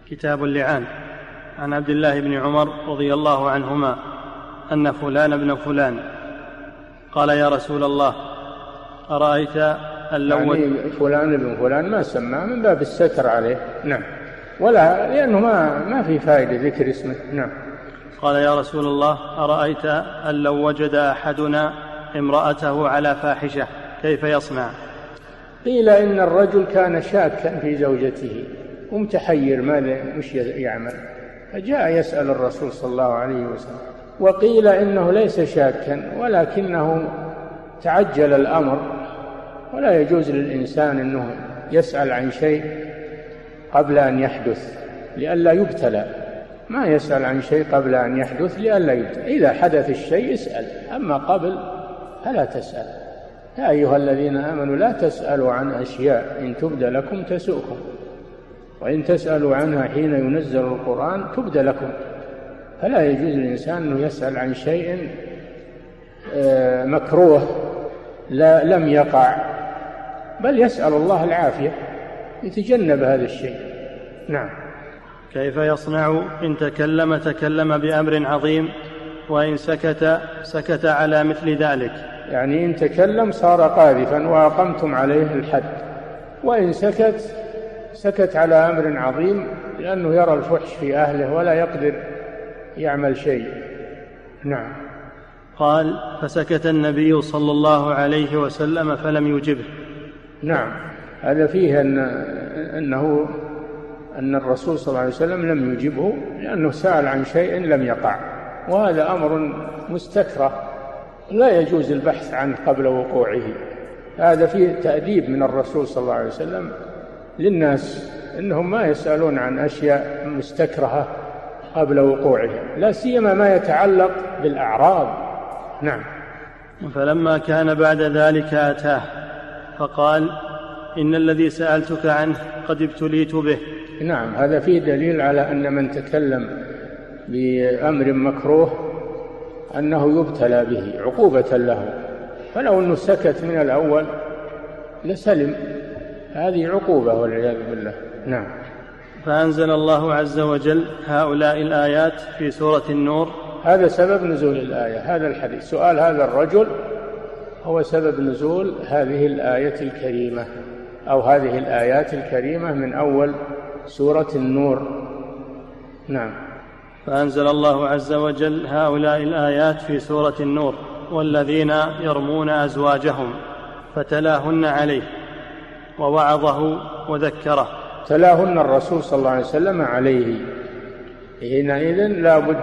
كتاب اللعان. عن عبد الله بن عمر رضي الله عنهما أن فلان ابن فلان قال يا رسول الله أرأيت أن لو يعني فلان ابن فلان ما سماه من باب الستر عليه. نعم. ولا لأنه ما في فائدة ذكر اسمه. نعم. قال يا رسول الله أرأيت أن لو وجد أحدنا امرأته على فاحشة كيف يصنع؟ قيل إن الرجل كان شاكا في زوجته ومتحير ماذا مش يعمل، فجاء يسأل الرسول صلى الله عليه وسلم. وقيل إنه ليس شاكا ولكنه تعجل الأمر، ولا يجوز للإنسان أنه يسأل عن شيء قبل أن يحدث لئلا يبتلى. ما يسأل عن شيء قبل أن يحدث لئلا يبتلى. إذا حدث الشيء اسأل، أما قبل فلا تسأل. يا أيها الذين آمنوا لا تسألوا عن أشياء إن تبد لكم تسؤكم، وإن تسألوا عنها حين ينزل القرآن تبد لكم. فلا يجوز للإنسان أنه يسأل عن شيء مكروه لم يقع، بل يسأل الله العافية يتجنب هذا الشيء. نعم. كيف يصنع إن تكلم بأمر عظيم وإن سكت على مثل ذلك؟ يعني إن تكلم صار قاذفا وأقمتم عليه الحد، وإن سكت على أمر عظيم لأنه يرى الفحش في أهله ولا يقدر يعمل شيء. نعم. قال فسكت النبي صلى الله عليه وسلم فلم يجبه. نعم. هذا فيه أن الرسول صلى الله عليه وسلم لم يجبه لأنه سأل عن شيء لم يقع، وهذا أمر مستكره لا يجوز البحث عنه قبل وقوعه. هذا فيه تأديب من الرسول صلى الله عليه وسلم للناس إنهم ما يسألون عن أشياء مستكرهة قبل وقوعها، لا سيما ما يتعلق بالأعراض. نعم. فلما كان بعد ذلك أتاه فقال إن الذي سألتك عنه قد ابتليت به. نعم. هذا فيه دليل على أن من تكلم بأمر مكروه أنه يبتلى به عقوبة له، فلو أنه سكت من الأول لسلم. هذه عقوبة والعياذ بالله. نعم. فأنزل الله عز وجل هؤلاء الآيات في سورة النور. هذا سبب نزول الآية، هذا الحديث، سؤال هذا الرجل هو سبب نزول هذه الآية الكريمة أو هذه الآيات الكريمة من أول سورة النور. نعم. فأنزل الله عز وجل هؤلاء الآيات في سورة النور والذين يرمون أزواجهم فتلاهن عليه ووعظه وذكره. تلاهن الرسول صلى الله عليه وسلم عليه، حينئذ لا بد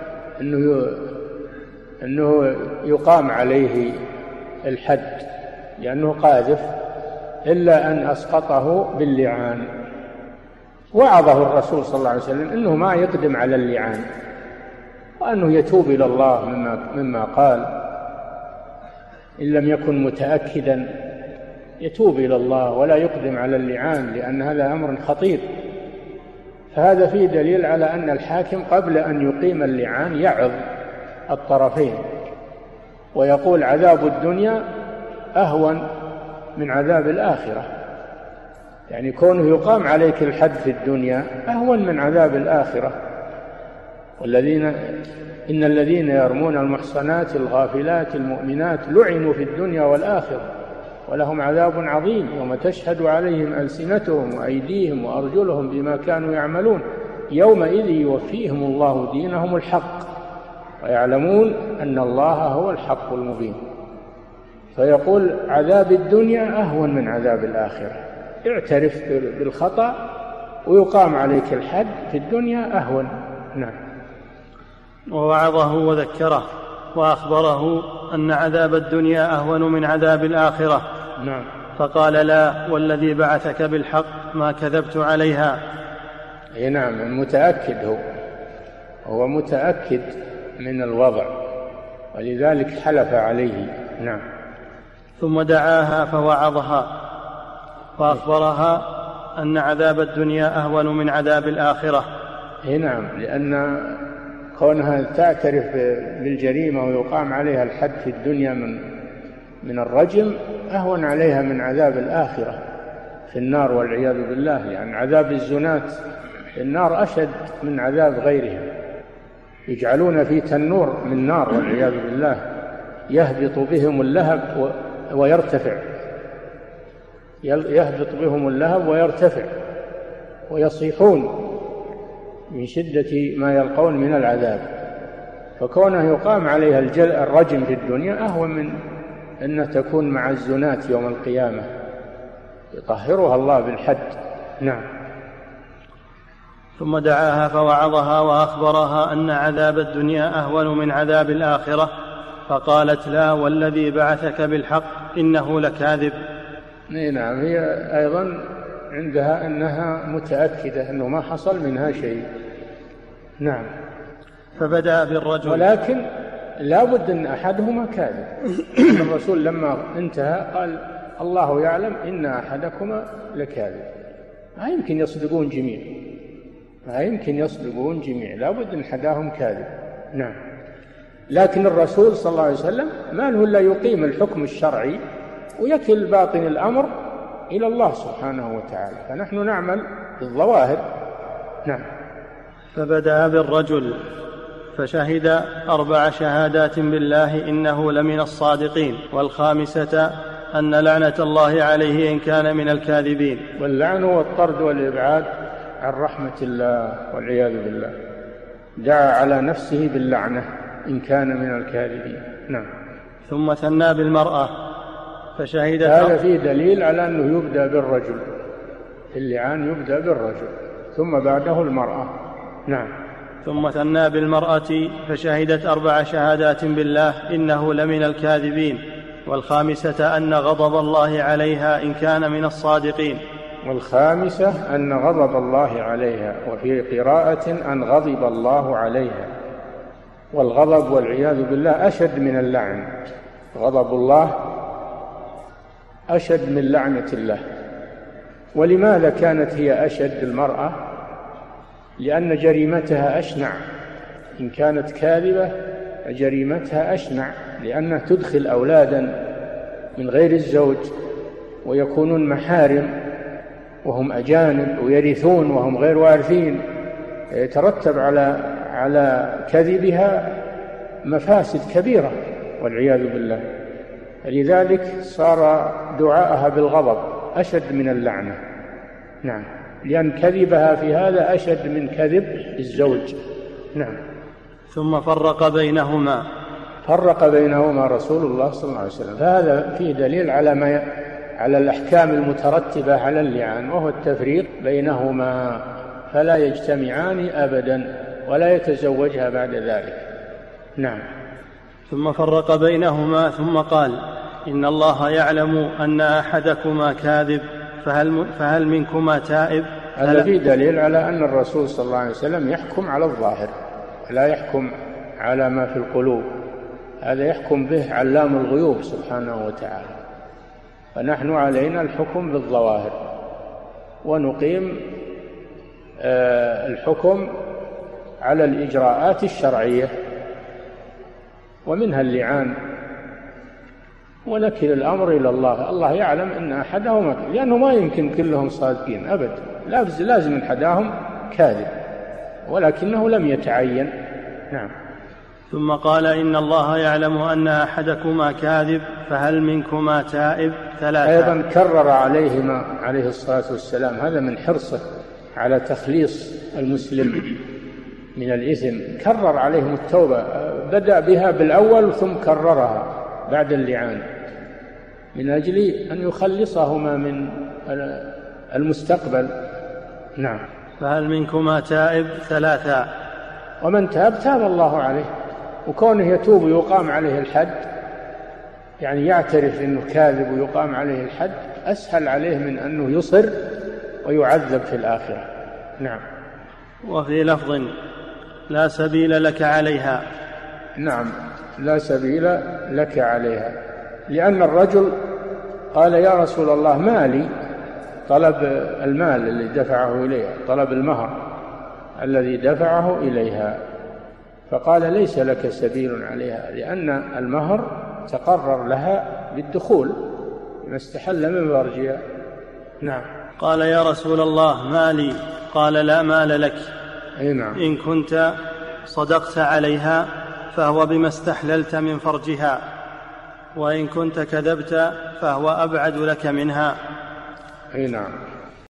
أنه يقام عليه الحد لأنه قاذف، إلا أن أسقطه باللعان. وعظه الرسول صلى الله عليه وسلم أنه ما يقدم على اللعان، وأنه يتوب إلى الله مما قال إن لم يكن متأكدا، يتوب إلى الله ولا يقدم على اللعان، لأن هذا أمر خطير. فهذا فيه دليل على أن الحاكم قبل أن يقيم اللعان يعظ الطرفين ويقول عذاب الدنيا أهون من عذاب الآخرة، يعني كونه يقام عليك الحد في الدنيا أهون من عذاب الآخرة. إن الذين يرمون المحصنات الغافلات المؤمنات لعنوا في الدنيا والآخرة ولهم عذاب عظيم يوم تشهد عليهم ألسنتهم وأيديهم وأرجلهم بما كانوا يعملون يومئذ يوفيهم الله دينهم الحق ويعلمون أن الله هو الحق المبين. فيقول عذاب الدنيا أهون من عذاب الآخرة، اعترف بالخطأ ويقام عليك الحد في الدنيا أهون. نعم. ووعظه وذكره وأخبره أن عذاب الدنيا أهون من عذاب الآخرة. نعم. فقال لا والذي بعثك بالحق ما كذبت عليها. نعم. متأكد، هو متأكد من الوضع ولذلك حلف عليه. نعم. ثم دعاها فوعظها وأخبرها أن عذاب الدنيا أهون من عذاب الآخرة. نعم. لأن كونها تعترف بالجريمة ويقام عليها الحد في الدنيا من الرجم أهون عليها من عذاب الآخرة في النار والعياذ بالله، لأن عذاب الزنات النار أشد من عذاب غيرهم، يجعلون في تنور من نار والعياذ بالله يهبط بهم اللهب ويرتفع، يهبط بهم اللهب ويرتفع ويصيحون من شدة ما يلقون من العذاب. فكونه يقام عليها الرجم في الدنيا أهون من أن تكون مع الزنات يوم القيامة، يطهرها الله بالحد. نعم. ثم دعاها فوعظها وأخبرها أن عذاب الدنيا أهون من عذاب الآخرة، فقالت لا والذي بعثك بالحق إنه لكاذب. نعم، هي أيضا عندها أنها متأكدة أنه ما حصل منها شيء. نعم. فبدأ بالرجل، ولكن لا بد أن أحدهما كاذب. الرسول لما انتهى قال الله يعلم إن أحدكما لكاذب. ما يمكن يصدقون جميع، ما يمكن يصدقون جميع، لا بد أن أحدهم كاذب. نعم. لكن الرسول صلى الله عليه وسلم ما له إلا يقيم الحكم الشرعي ويكل باطن الأمر إلى الله سبحانه وتعالى، فنحن نعمل بالظواهر. نعم. فبدأ بالرجل فشهد 4 شهادات بالله إنه لمن الصادقين، والخامسة أن لعنة الله عليه إن كان من الكاذبين. واللعن والطرد والإبعاد عن رحمة الله والعياذ بالله، دعا على نفسه باللعنة إن كان من الكاذبين. نعم. ثم ثنى بالمرأة فشهد، هذا فيه دليل على أنه يبدأ بالرجل، اللعان يبدأ بالرجل ثم بعده المرأة. نعم. ثم ثنى بالمرأة فشهدت 4 شهادات بالله إنه لمن الكاذبين، والخامسة أن غضب الله عليها إن كان من الصادقين. والخامسة أن غضب الله عليها، وفي قراءة أن غضب الله عليها. والغضب والعياذ بالله أشد من اللعن، غضب الله أشد من لعنة الله. ولماذا كانت هي أشد المرأة؟ لأن جريمتها أشنع، إن كانت كاذبة جريمتها أشنع، لأنها تدخل أولادا من غير الزوج ويكونون محارم وهم أجانب ويرثون وهم غير وارثين، يترتب على كذبها مفاسد كبيرة والعياذ بالله. لذلك صار دعاءها بالغضب أشد من اللعنة. نعم، لأن كذبها في هذا أشد من كذب الزوج. نعم. ثم فرق بينهما رسول الله صلى الله عليه وسلم. فهذا فيه دليل على الأحكام المترتبة على اللعان، وهو التفريق بينهما، فلا يجتمعان أبدا ولا يتزوجها بعد ذلك. نعم. ثم فرق بينهما ثم قال إن الله يعلم أن أحدكما كاذب فهل منكما تائب. هذا فيه دليل على أن الرسول صلى الله عليه وسلم يحكم على الظاهر، لا يحكم على ما في القلوب، هذا يحكم به علام الغيوب سبحانه وتعالى. فنحن علينا الحكم بالظواهر، ونقيم الحكم على الإجراءات الشرعية، ومنها اللعان، ونكل الأمر إلى الله. الله يعلم أن أحدهم، لأنه ما يمكن كلهم صادقين أبدا، لازم أحدهم كاذب، ولكنه لم يتعين. نعم. ثم قال إن الله يعلم أن أحدكما كاذب فهل منكما تائب 3. أيضا كرر عليهما عليه الصلاة والسلام، هذا من حرصه على تخليص المسلم من الإثم، كرر عليهم التوبة، بدأ بها بالأول ثم كررها بعد اللعان من أجل أن يخلصهما من المستقبل. نعم. فهل منكما تائب 3. ومن تاب الله عليه، وكونه يتوب ويقام عليه الحد، يعني يعترف أنه كاذب ويقام عليه الحد، أسهل عليه من أنه يصر ويعذب في الآخرة. نعم. وفي لفظ لا سبيل لك عليها. نعم، لا سبيل لك عليها، لأن الرجل قال يا رسول الله مالي، طلب المال الذي دفعه إليها، طلب المهر الذي دفعه إليها، فقال ليس لك سبيل عليها، لأن المهر تقرر لها بالدخول ما استحل من فرجها. نعم. قال يا رسول الله مالي، قال لا مال لك. نعم. إن كنت صدقت عليها فهو بما استحللت من فرجها، وإن كنت كذبت فهو أبعد لك منها. نعم.